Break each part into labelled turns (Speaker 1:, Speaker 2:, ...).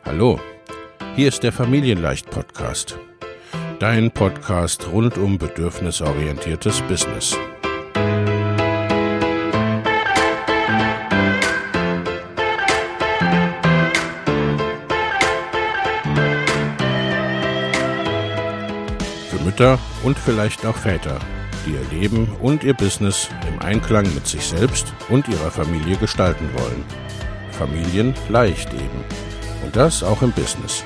Speaker 1: Hallo, hier ist der Familienleicht-Podcast. Dein Podcast rund um bedürfnisorientiertes Business. Für Mütter und vielleicht auch Väter, die ihr Leben und ihr Business im Einklang mit sich selbst und ihrer Familie gestalten wollen. Familien leicht eben. Und das auch im Business.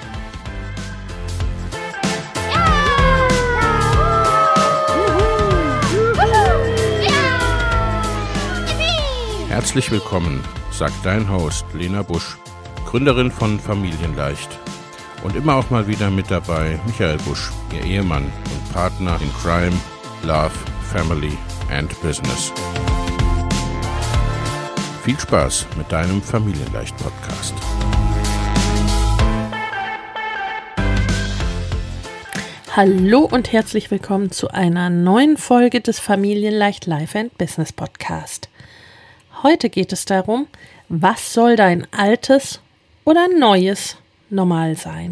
Speaker 1: Herzlich willkommen, sagt dein Host Lena Busch, Gründerin von Familienleicht. Und immer auch mal wieder mit dabei Michael Busch, ihr Ehemann und Partner in Crime, Love, Family and Business. Viel Spaß mit deinem Familienleicht-Podcast.
Speaker 2: Hallo und herzlich willkommen zu einer neuen Folge des Familienleicht Life and Business Podcast. Heute geht es darum, was soll dein altes oder neues Normal sein?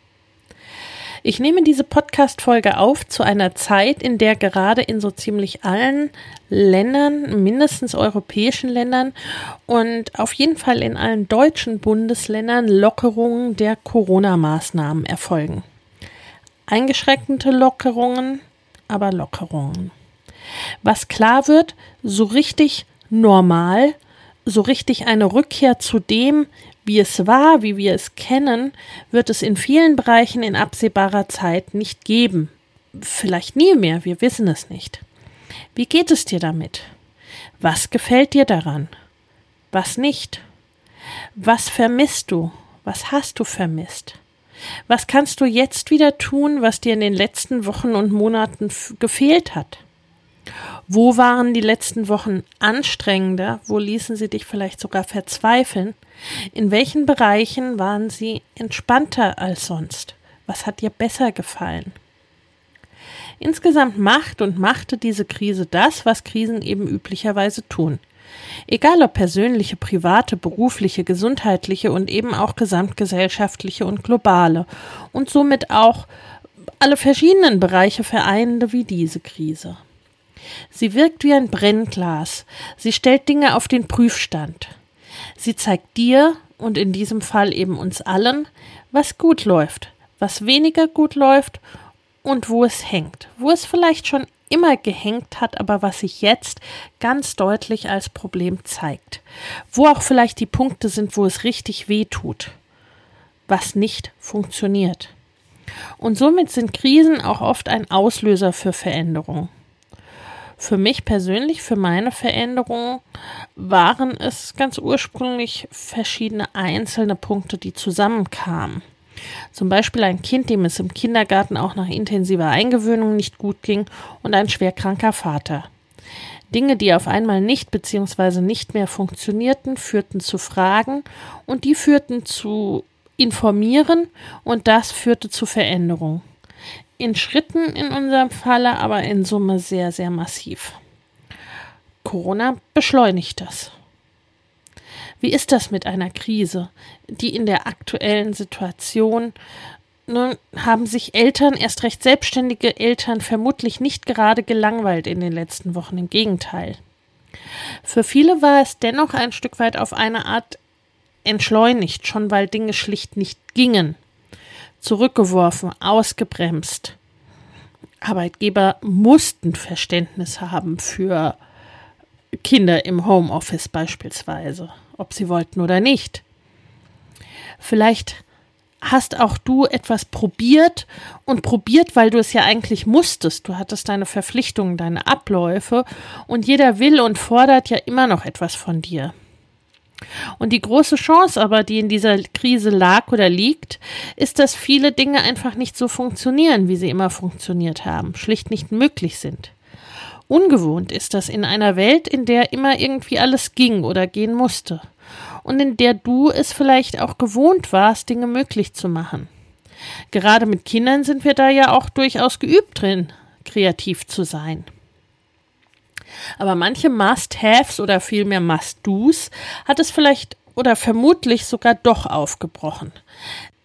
Speaker 2: Ich nehme diese Podcast-Folge auf zu einer Zeit, in der gerade in so ziemlich allen Ländern, mindestens europäischen Ländern und auf jeden Fall in allen deutschen Bundesländern Lockerungen der Corona-Maßnahmen erfolgen. Eingeschränkte Lockerungen, aber Lockerungen. Was klar wird, so richtig normal, so richtig eine Rückkehr zu dem, wie es war, wie wir es kennen, wird es in vielen Bereichen in absehbarer Zeit nicht geben. Vielleicht nie mehr, wir wissen es nicht. Wie geht es dir damit? Was gefällt dir daran? Was nicht? Was vermisst du? Was hast du vermisst? Was kannst du jetzt wieder tun, was dir in den letzten Wochen und Monaten gefehlt hat? Wo waren die letzten Wochen anstrengender? Wo ließen sie dich vielleicht sogar verzweifeln? In welchen Bereichen waren sie entspannter als sonst? Was hat dir besser gefallen? Insgesamt machte diese Krise das, was Krisen eben üblicherweise tun. Egal ob persönliche, private, berufliche, gesundheitliche und eben auch gesamtgesellschaftliche und globale und somit auch alle verschiedenen Bereiche vereinende wie diese Krise. Sie wirkt wie ein Brennglas. Sie stellt Dinge auf den Prüfstand. Sie zeigt dir und in diesem Fall eben uns allen, was gut läuft, was weniger gut läuft und wo es hängt. Wo es vielleicht schon immer gehängt hat, aber was sich jetzt ganz deutlich als Problem zeigt. Wo auch vielleicht die Punkte sind, wo es richtig weh tut. Was nicht funktioniert. Und somit sind Krisen auch oft ein Auslöser für Veränderung. Für mich persönlich, für meine Veränderungen, waren es ganz ursprünglich verschiedene einzelne Punkte, die zusammenkamen. Zum Beispiel ein Kind, dem es im Kindergarten auch nach intensiver Eingewöhnung nicht gut ging und ein schwerkranker Vater. Dinge, die auf einmal nicht bzw. nicht mehr funktionierten, führten zu Fragen und die führten zu Informieren und das führte zu Veränderung. In Schritten in unserem Falle, aber in Summe sehr, sehr massiv. Corona beschleunigt das. Wie ist das mit einer Krise, die in der aktuellen Situation, nun haben sich Eltern, erst recht selbstständige Eltern, vermutlich nicht gerade gelangweilt in den letzten Wochen, im Gegenteil. Für viele war es dennoch ein Stück weit auf eine Art entschleunigt, schon weil Dinge schlicht nicht gingen. Zurückgeworfen, ausgebremst. Arbeitgeber mussten Verständnis haben für Kinder im Homeoffice beispielsweise, ob sie wollten oder nicht. Vielleicht hast auch du etwas probiert, weil du es ja eigentlich musstest. Du hattest deine Verpflichtungen, deine Abläufe und jeder will und fordert ja immer noch etwas von dir. Und die große Chance aber, die in dieser Krise lag oder liegt, ist, dass viele Dinge einfach nicht so funktionieren, wie sie immer funktioniert haben, schlicht nicht möglich sind. Ungewohnt ist das in einer Welt, in der immer irgendwie alles ging oder gehen musste und in der du es vielleicht auch gewohnt warst, Dinge möglich zu machen. Gerade mit Kindern sind wir da ja auch durchaus geübt drin, kreativ zu sein. Aber manche Must-Haves oder vielmehr Must-Dos hat es vielleicht oder vermutlich sogar doch aufgebrochen.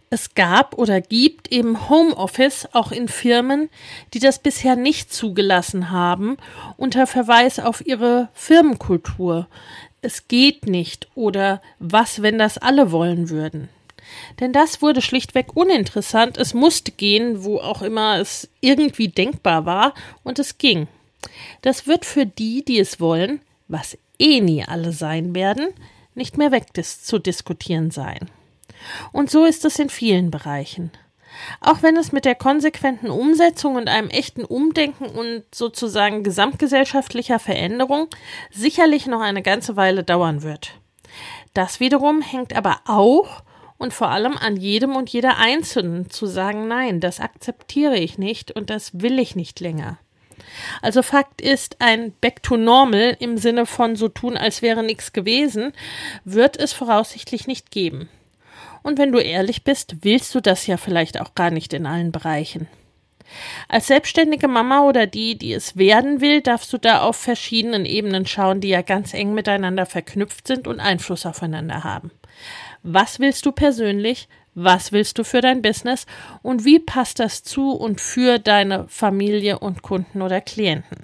Speaker 2: Es gab oder gibt eben Homeoffice auch in Firmen, die das bisher nicht zugelassen haben, unter Verweis auf ihre Firmenkultur. Es geht nicht oder was, wenn das alle wollen würden. Denn das wurde schlichtweg uninteressant. Es musste gehen, wo auch immer es irgendwie denkbar war, und es ging. Das wird für die, die es wollen, was eh nie alle sein werden, nicht mehr wegzudiskutieren sein. Und so ist es in vielen Bereichen. Auch wenn es mit der konsequenten Umsetzung und einem echten Umdenken und sozusagen gesamtgesellschaftlicher Veränderung sicherlich noch eine ganze Weile dauern wird. Das wiederum hängt aber auch und vor allem an jedem und jeder Einzelnen zu sagen, nein, das akzeptiere ich nicht und das will ich nicht länger. Also Fakt ist, ein Back to Normal im Sinne von so tun, als wäre nichts gewesen, wird es voraussichtlich nicht geben. Und wenn du ehrlich bist, willst du das ja vielleicht auch gar nicht in allen Bereichen. Als selbstständige Mama oder die es werden will, darfst du da auf verschiedenen Ebenen schauen, die ja ganz eng miteinander verknüpft sind und Einfluss aufeinander haben. Was willst du persönlich? Was willst du für dein Business? Und wie passt das zu und für deine Familie und Kunden oder Klienten?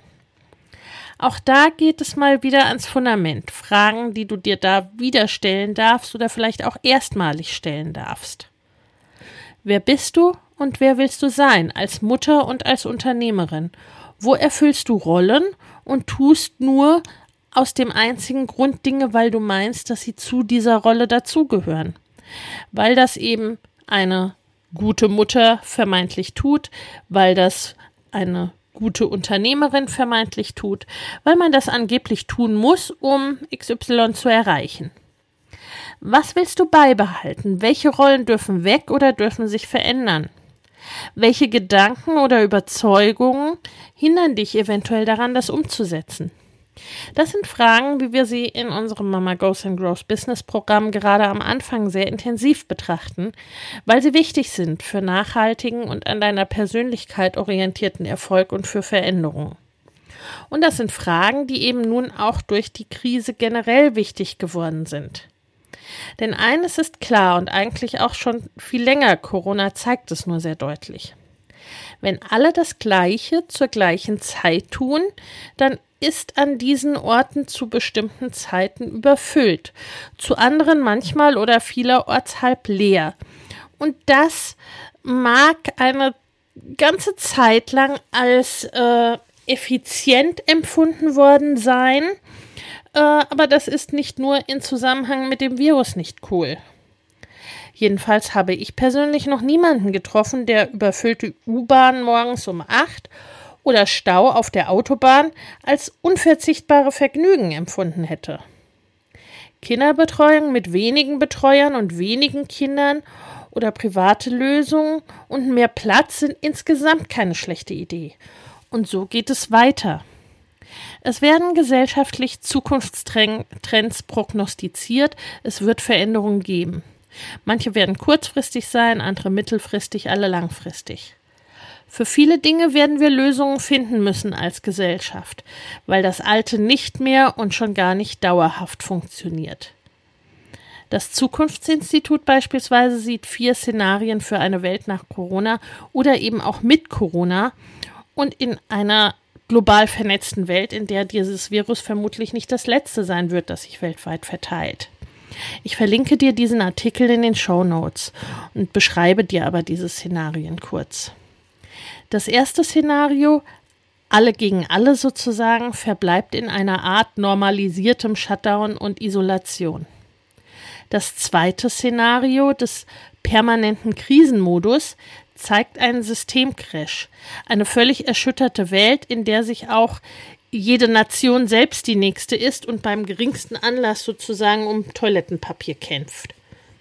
Speaker 2: Auch da geht es mal wieder ans Fundament. Fragen, die du dir da wieder stellen darfst oder vielleicht auch erstmalig stellen darfst. Wer bist du und wer willst du sein als Mutter und als Unternehmerin? Wo erfüllst du Rollen und tust nur aus dem einzigen Grund Dinge, weil du meinst, dass sie zu dieser Rolle dazugehören? Weil das eben eine gute Mutter vermeintlich tut, weil das eine gute Unternehmerin vermeintlich tut, weil man das angeblich tun muss, um XY zu erreichen. Was willst du beibehalten? Welche Rollen dürfen weg oder dürfen sich verändern? Welche Gedanken oder Überzeugungen hindern dich eventuell daran, das umzusetzen? Das sind Fragen, wie wir sie in unserem Mama Goes and Grows Business Programm gerade am Anfang sehr intensiv betrachten, weil sie wichtig sind für nachhaltigen und an deiner Persönlichkeit orientierten Erfolg und für Veränderung. Und das sind Fragen, die eben nun auch durch die Krise generell wichtig geworden sind. Denn eines ist klar und eigentlich auch schon viel länger, Corona zeigt es nur sehr deutlich. Wenn alle das Gleiche zur gleichen Zeit tun, dann ist an diesen Orten zu bestimmten Zeiten überfüllt, zu anderen manchmal oder vielerorts halb leer. Und das mag eine ganze Zeit lang als effizient empfunden worden sein, aber das ist nicht nur in Zusammenhang mit dem Virus nicht cool. Jedenfalls habe ich persönlich noch niemanden getroffen, der überfüllte U-Bahn morgens um 8 oder Stau auf der Autobahn als unverzichtbare Vergnügen empfunden hätte. Kinderbetreuung mit wenigen Betreuern und wenigen Kindern oder private Lösungen und mehr Platz sind insgesamt keine schlechte Idee. Und so geht es weiter. Es werden gesellschaftlich Zukunftstrends prognostiziert, es wird Veränderungen geben. Manche werden kurzfristig sein, andere mittelfristig, alle langfristig. Für viele Dinge werden wir Lösungen finden müssen als Gesellschaft, weil das Alte nicht mehr und schon gar nicht dauerhaft funktioniert. Das Zukunftsinstitut beispielsweise sieht 4 Szenarien für eine Welt nach Corona oder eben auch mit Corona und in einer global vernetzten Welt, in der dieses Virus vermutlich nicht das letzte sein wird, das sich weltweit verteilt. Ich verlinke dir diesen Artikel in den Shownotes und beschreibe dir aber diese Szenarien kurz. Das erste Szenario, alle gegen alle sozusagen, verbleibt in einer Art normalisiertem Shutdown und Isolation. Das zweite Szenario des permanenten Krisenmodus zeigt einen Systemcrash, eine völlig erschütterte Welt, in der sich auch jede Nation selbst die nächste ist und beim geringsten Anlass sozusagen um Toilettenpapier kämpft.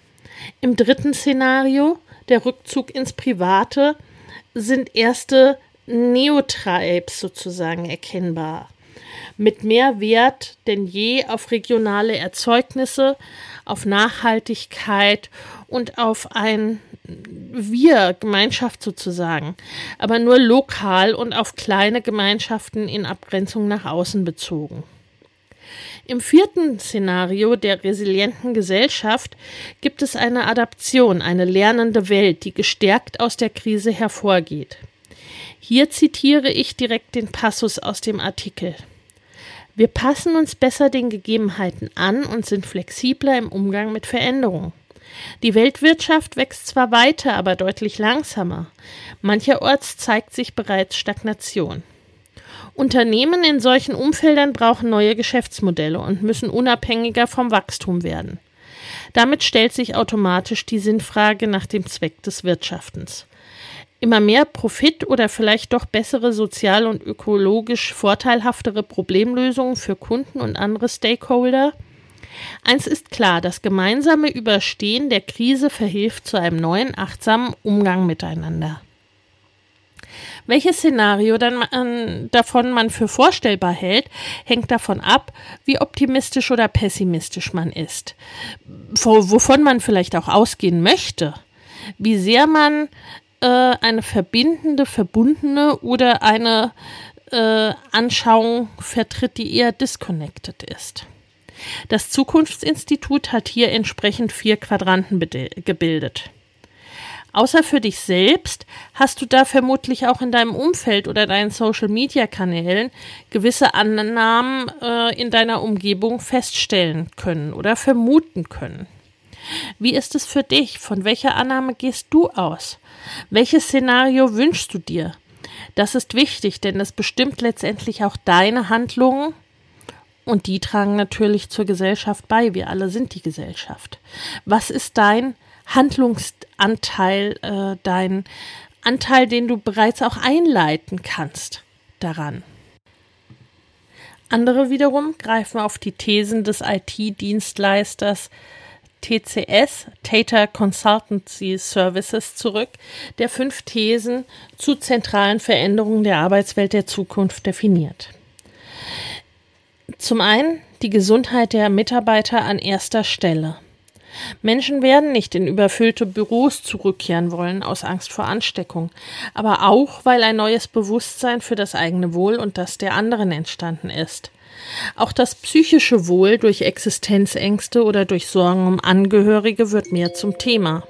Speaker 2: Im dritten Szenario, der Rückzug ins Private, sind erste Neotribes sozusagen erkennbar. Mit mehr Wert denn je auf regionale Erzeugnisse, auf Nachhaltigkeit und auf ein Wir-Gemeinschaft sozusagen, aber nur lokal und auf kleine Gemeinschaften in Abgrenzung nach außen bezogen. Im 4. Szenario der resilienten Gesellschaft gibt es eine Adaption, eine lernende Welt, die gestärkt aus der Krise hervorgeht. Hier zitiere ich direkt den Passus aus dem Artikel. Wir passen uns besser den Gegebenheiten an und sind flexibler im Umgang mit Veränderungen. Die Weltwirtschaft wächst zwar weiter, aber deutlich langsamer. Mancherorts zeigt sich bereits Stagnation. Unternehmen in solchen Umfeldern brauchen neue Geschäftsmodelle und müssen unabhängiger vom Wachstum werden. Damit stellt sich automatisch die Sinnfrage nach dem Zweck des Wirtschaftens. Immer mehr Profit oder vielleicht doch bessere sozial und ökologisch vorteilhaftere Problemlösungen für Kunden und andere Stakeholder? Eins ist klar, das gemeinsame Überstehen der Krise verhilft zu einem neuen, achtsamen Umgang miteinander. Welches Szenario davon man für vorstellbar hält, hängt davon ab, wie optimistisch oder pessimistisch man ist, wovon man vielleicht auch ausgehen möchte, wie sehr man eine verbundene oder eine Anschauung vertritt, die eher disconnected ist. Das Zukunftsinstitut hat hier entsprechend 4 Quadranten gebildet. Außer für dich selbst hast du da vermutlich auch in deinem Umfeld oder deinen Social-Media-Kanälen gewisse Annahmen in deiner Umgebung feststellen können oder vermuten können. Wie ist es für dich? Von welcher Annahme gehst du aus? Welches Szenario wünschst du dir? Das ist wichtig, denn es bestimmt letztendlich auch deine Handlungen und die tragen natürlich zur Gesellschaft bei. Wir alle sind die Gesellschaft. Was ist dein Handlungsanteil, dein Anteil, den du bereits auch einleiten kannst daran? Andere wiederum greifen auf die Thesen des IT-Dienstleisters TCS, Tata Consultancy Services, zurück, der 5 Thesen zu zentralen Veränderungen der Arbeitswelt der Zukunft definiert. Zum einen die Gesundheit der Mitarbeiter an erster Stelle. Menschen werden nicht in überfüllte Büros zurückkehren wollen aus Angst vor Ansteckung, aber auch, weil ein neues Bewusstsein für das eigene Wohl und das der anderen entstanden ist. Auch das psychische Wohl durch Existenzängste oder durch Sorgen um Angehörige wird mehr zum Thema.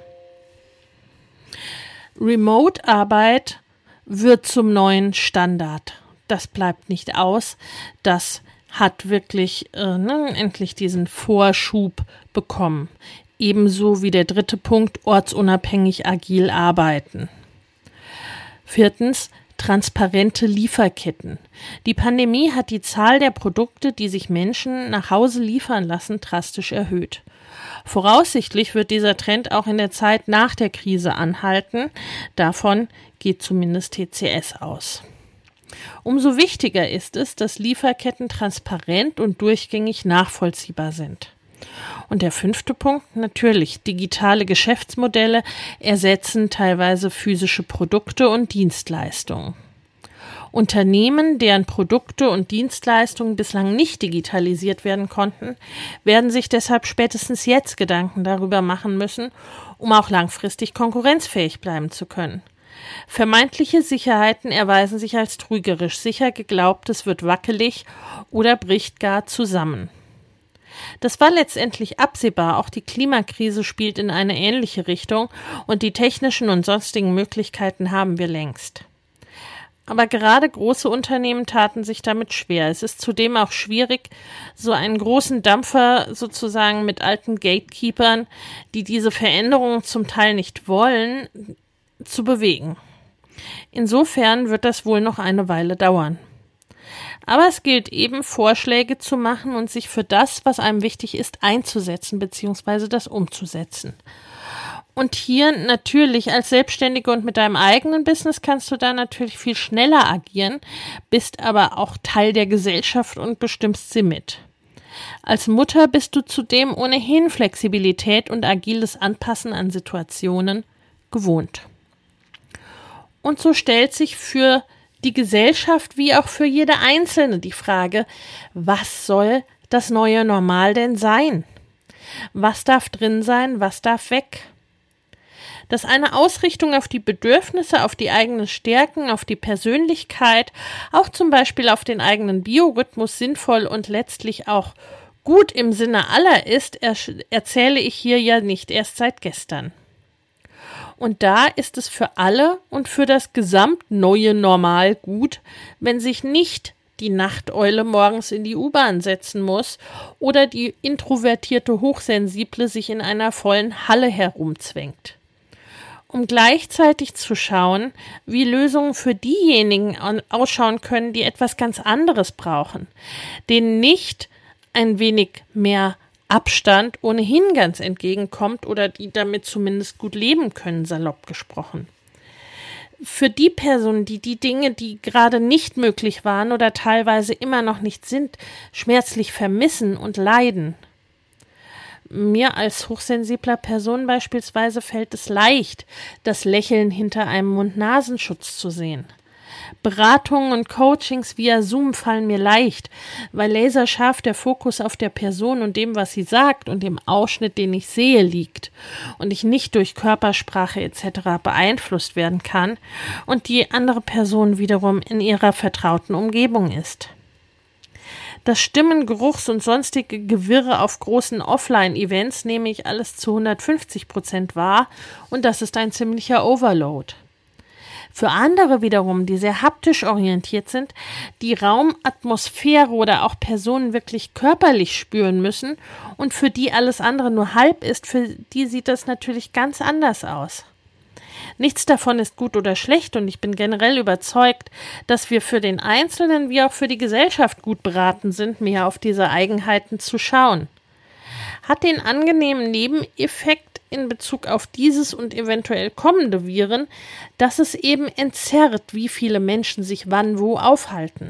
Speaker 2: Remote-Arbeit wird zum neuen Standard. Das bleibt nicht aus. Das hat wirklich endlich diesen Vorschub bekommen. Ebenso wie der 3. Punkt, ortsunabhängig agil arbeiten. 4. Transparente Lieferketten. Die Pandemie hat die Zahl der Produkte, die sich Menschen nach Hause liefern lassen, drastisch erhöht. Voraussichtlich wird dieser Trend auch in der Zeit nach der Krise anhalten. Davon geht zumindest TCS aus. Umso wichtiger ist es, dass Lieferketten transparent und durchgängig nachvollziehbar sind. Und der 5. Punkt, natürlich, digitale Geschäftsmodelle ersetzen teilweise physische Produkte und Dienstleistungen. Unternehmen, deren Produkte und Dienstleistungen bislang nicht digitalisiert werden konnten, werden sich deshalb spätestens jetzt Gedanken darüber machen müssen, um auch langfristig konkurrenzfähig bleiben zu können. Vermeintliche Sicherheiten erweisen sich als trügerisch, sicher geglaubtes wird wackelig oder bricht gar zusammen. Das war letztendlich absehbar, auch die Klimakrise spielt in eine ähnliche Richtung und die technischen und sonstigen Möglichkeiten haben wir längst. Aber gerade große Unternehmen taten sich damit schwer. Es ist zudem auch schwierig, so einen großen Dampfer sozusagen mit alten Gatekeepern, die diese Veränderungen zum Teil nicht wollen, zu bewegen. Insofern wird das wohl noch eine Weile dauern. Aber es gilt eben, Vorschläge zu machen und sich für das, was einem wichtig ist, einzusetzen bzw. das umzusetzen. Und hier natürlich als Selbstständige und mit deinem eigenen Business kannst du da natürlich viel schneller agieren, bist aber auch Teil der Gesellschaft und bestimmst sie mit. Als Mutter bist du zudem ohnehin Flexibilität und agiles Anpassen an Situationen gewohnt. Und so stellt sich für die Gesellschaft wie auch für jede Einzelne die Frage, was soll das neue Normal denn sein? Was darf drin sein, was darf weg? Dass eine Ausrichtung auf die Bedürfnisse, auf die eigenen Stärken, auf die Persönlichkeit, auch zum Beispiel auf den eigenen Biorhythmus sinnvoll und letztlich auch gut im Sinne aller ist, erzähle ich hier ja nicht erst seit gestern. Und da ist es für alle und für das gesamtneue Normal gut, wenn sich nicht die Nachteule morgens in die U-Bahn setzen muss oder die introvertierte Hochsensible sich in einer vollen Halle herumzwängt. Um gleichzeitig zu schauen, wie Lösungen für diejenigen ausschauen können, die etwas ganz anderes brauchen, denen nicht ein wenig mehr Abstand ohnehin ganz entgegenkommt oder die damit zumindest gut leben können, salopp gesprochen. Für die Personen, die die Dinge, die gerade nicht möglich waren oder teilweise immer noch nicht sind, schmerzlich vermissen und leiden. Mir als hochsensibler Person beispielsweise fällt es leicht, das Lächeln hinter einem Mund-Nasenschutz zu sehen. Beratungen und Coachings via Zoom fallen mir leicht, weil laserscharf der Fokus auf der Person und dem, was sie sagt und dem Ausschnitt, den ich sehe, liegt und ich nicht durch Körpersprache etc. beeinflusst werden kann und die andere Person wiederum in ihrer vertrauten Umgebung ist. Das Stimmen-, Geruchs- und sonstige Gewirre auf großen Offline-Events nehme ich alles zu 150% wahr und das ist ein ziemlicher Overload. Für andere wiederum, die sehr haptisch orientiert sind, die Raumatmosphäre oder auch Personen wirklich körperlich spüren müssen und für die alles andere nur halb ist, für die sieht das natürlich ganz anders aus. Nichts davon ist gut oder schlecht und ich bin generell überzeugt, dass wir für den Einzelnen wie auch für die Gesellschaft gut beraten sind, mehr auf diese Eigenheiten zu schauen. Hat den angenehmen Nebeneffekt in Bezug auf dieses und eventuell kommende Viren, dass es eben entzerrt, wie viele Menschen sich wann wo aufhalten.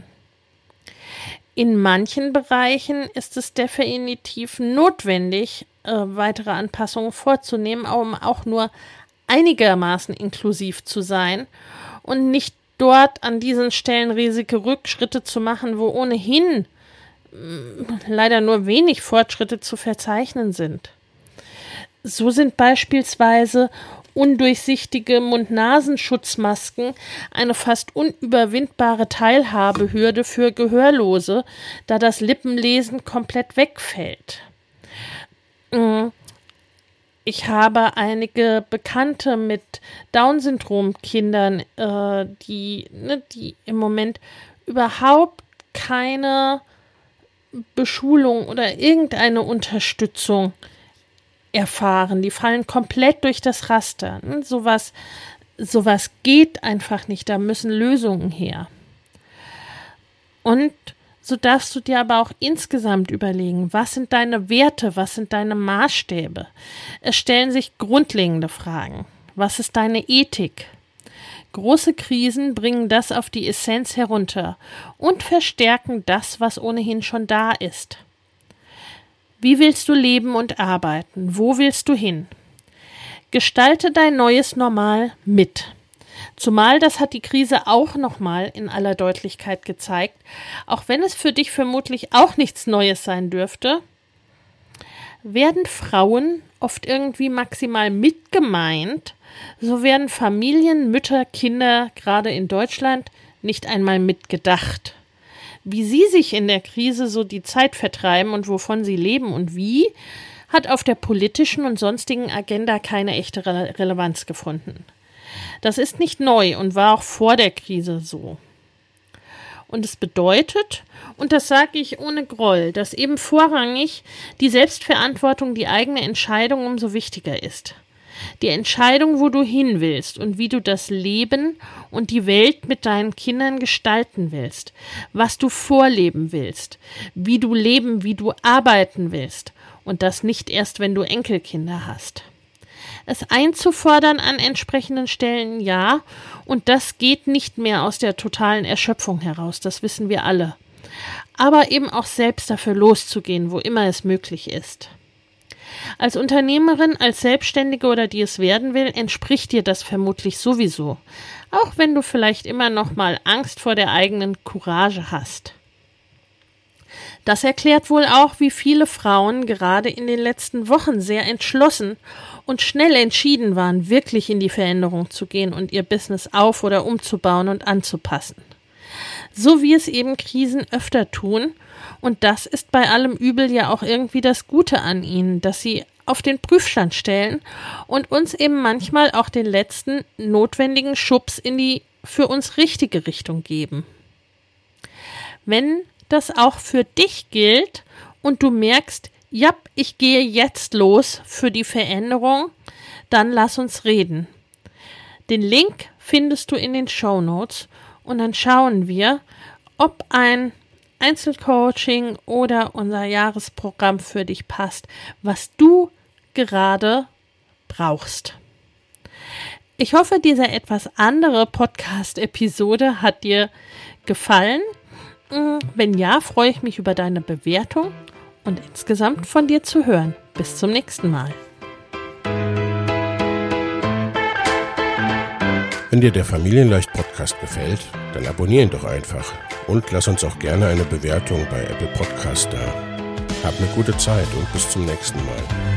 Speaker 2: In manchen Bereichen ist es definitiv notwendig, weitere Anpassungen vorzunehmen, um auch nur einigermaßen inklusiv zu sein und nicht dort an diesen Stellen riesige Rückschritte zu machen, wo ohnehin leider nur wenig Fortschritte zu verzeichnen sind. So sind beispielsweise undurchsichtige Mund-Nasenschutzmasken eine fast unüberwindbare Teilhabehürde für Gehörlose, da das Lippenlesen komplett wegfällt. Ich habe einige Bekannte mit Down-Syndrom-Kindern, die im Moment überhaupt keine Beschulung oder irgendeine Unterstützung erfahren. Die fallen komplett durch das Raster. Sowas geht einfach nicht. Da müssen Lösungen her. Und so darfst du dir aber auch insgesamt überlegen, was sind deine Werte, was sind deine Maßstäbe? Es stellen sich grundlegende Fragen. Was ist deine Ethik? Große Krisen bringen das auf die Essenz herunter und verstärken das, was ohnehin schon da ist. Wie willst du leben und arbeiten? Wo willst du hin? Gestalte dein neues Normal mit. Zumal das hat die Krise auch nochmal in aller Deutlichkeit gezeigt, auch wenn es für dich vermutlich auch nichts Neues sein dürfte, werden Frauen oft irgendwie maximal mitgemeint, so werden Familien, Mütter, Kinder, gerade in Deutschland, nicht einmal mitgedacht. Wie sie sich in der Krise so die Zeit vertreiben und wovon sie leben und wie, hat auf der politischen und sonstigen Agenda keine echte Relevanz gefunden. Das ist nicht neu und war auch vor der Krise so. Und es bedeutet, und das sage ich ohne Groll, dass eben vorrangig die Selbstverantwortung, die eigene Entscheidung umso wichtiger ist. Die Entscheidung, wo du hin willst und wie du das Leben und die Welt mit deinen Kindern gestalten willst, was du vorleben willst, wie du leben, wie du arbeiten willst und das nicht erst, wenn du Enkelkinder hast. Es einzufordern an entsprechenden Stellen, ja, und das geht nicht mehr aus der totalen Erschöpfung heraus, das wissen wir alle. Aber eben auch selbst dafür loszugehen, wo immer es möglich ist. Als Unternehmerin, als Selbstständige oder die es werden will, entspricht dir das vermutlich sowieso, auch wenn du vielleicht immer noch mal Angst vor der eigenen Courage hast. Das erklärt wohl auch, wie viele Frauen gerade in den letzten Wochen sehr entschlossen und schnell entschieden waren, wirklich in die Veränderung zu gehen und ihr Business auf- oder umzubauen und anzupassen. so wie es eben Krisen öfter tun. Und das ist bei allem Übel ja auch irgendwie das Gute an ihnen, dass sie auf den Prüfstand stellen und uns eben manchmal auch den letzten notwendigen Schubs in die für uns richtige Richtung geben. Wenn das auch für dich gilt und du merkst, ja, ich gehe jetzt los für die Veränderung, dann lass uns reden. Den Link findest du in den Shownotes und dann schauen wir, ob ein Einzelcoaching oder unser Jahresprogramm für dich passt, was du gerade brauchst. Ich hoffe, diese etwas andere Podcast-Episode hat dir gefallen. Wenn ja, freue ich mich über deine Bewertung und insgesamt von dir zu hören. Bis zum nächsten Mal.
Speaker 1: Wenn dir der Familienleicht-Podcast gefällt, dann abonnier ihn doch einfach und lass uns auch gerne eine Bewertung bei Apple Podcast da. Hab eine gute Zeit und bis zum nächsten Mal.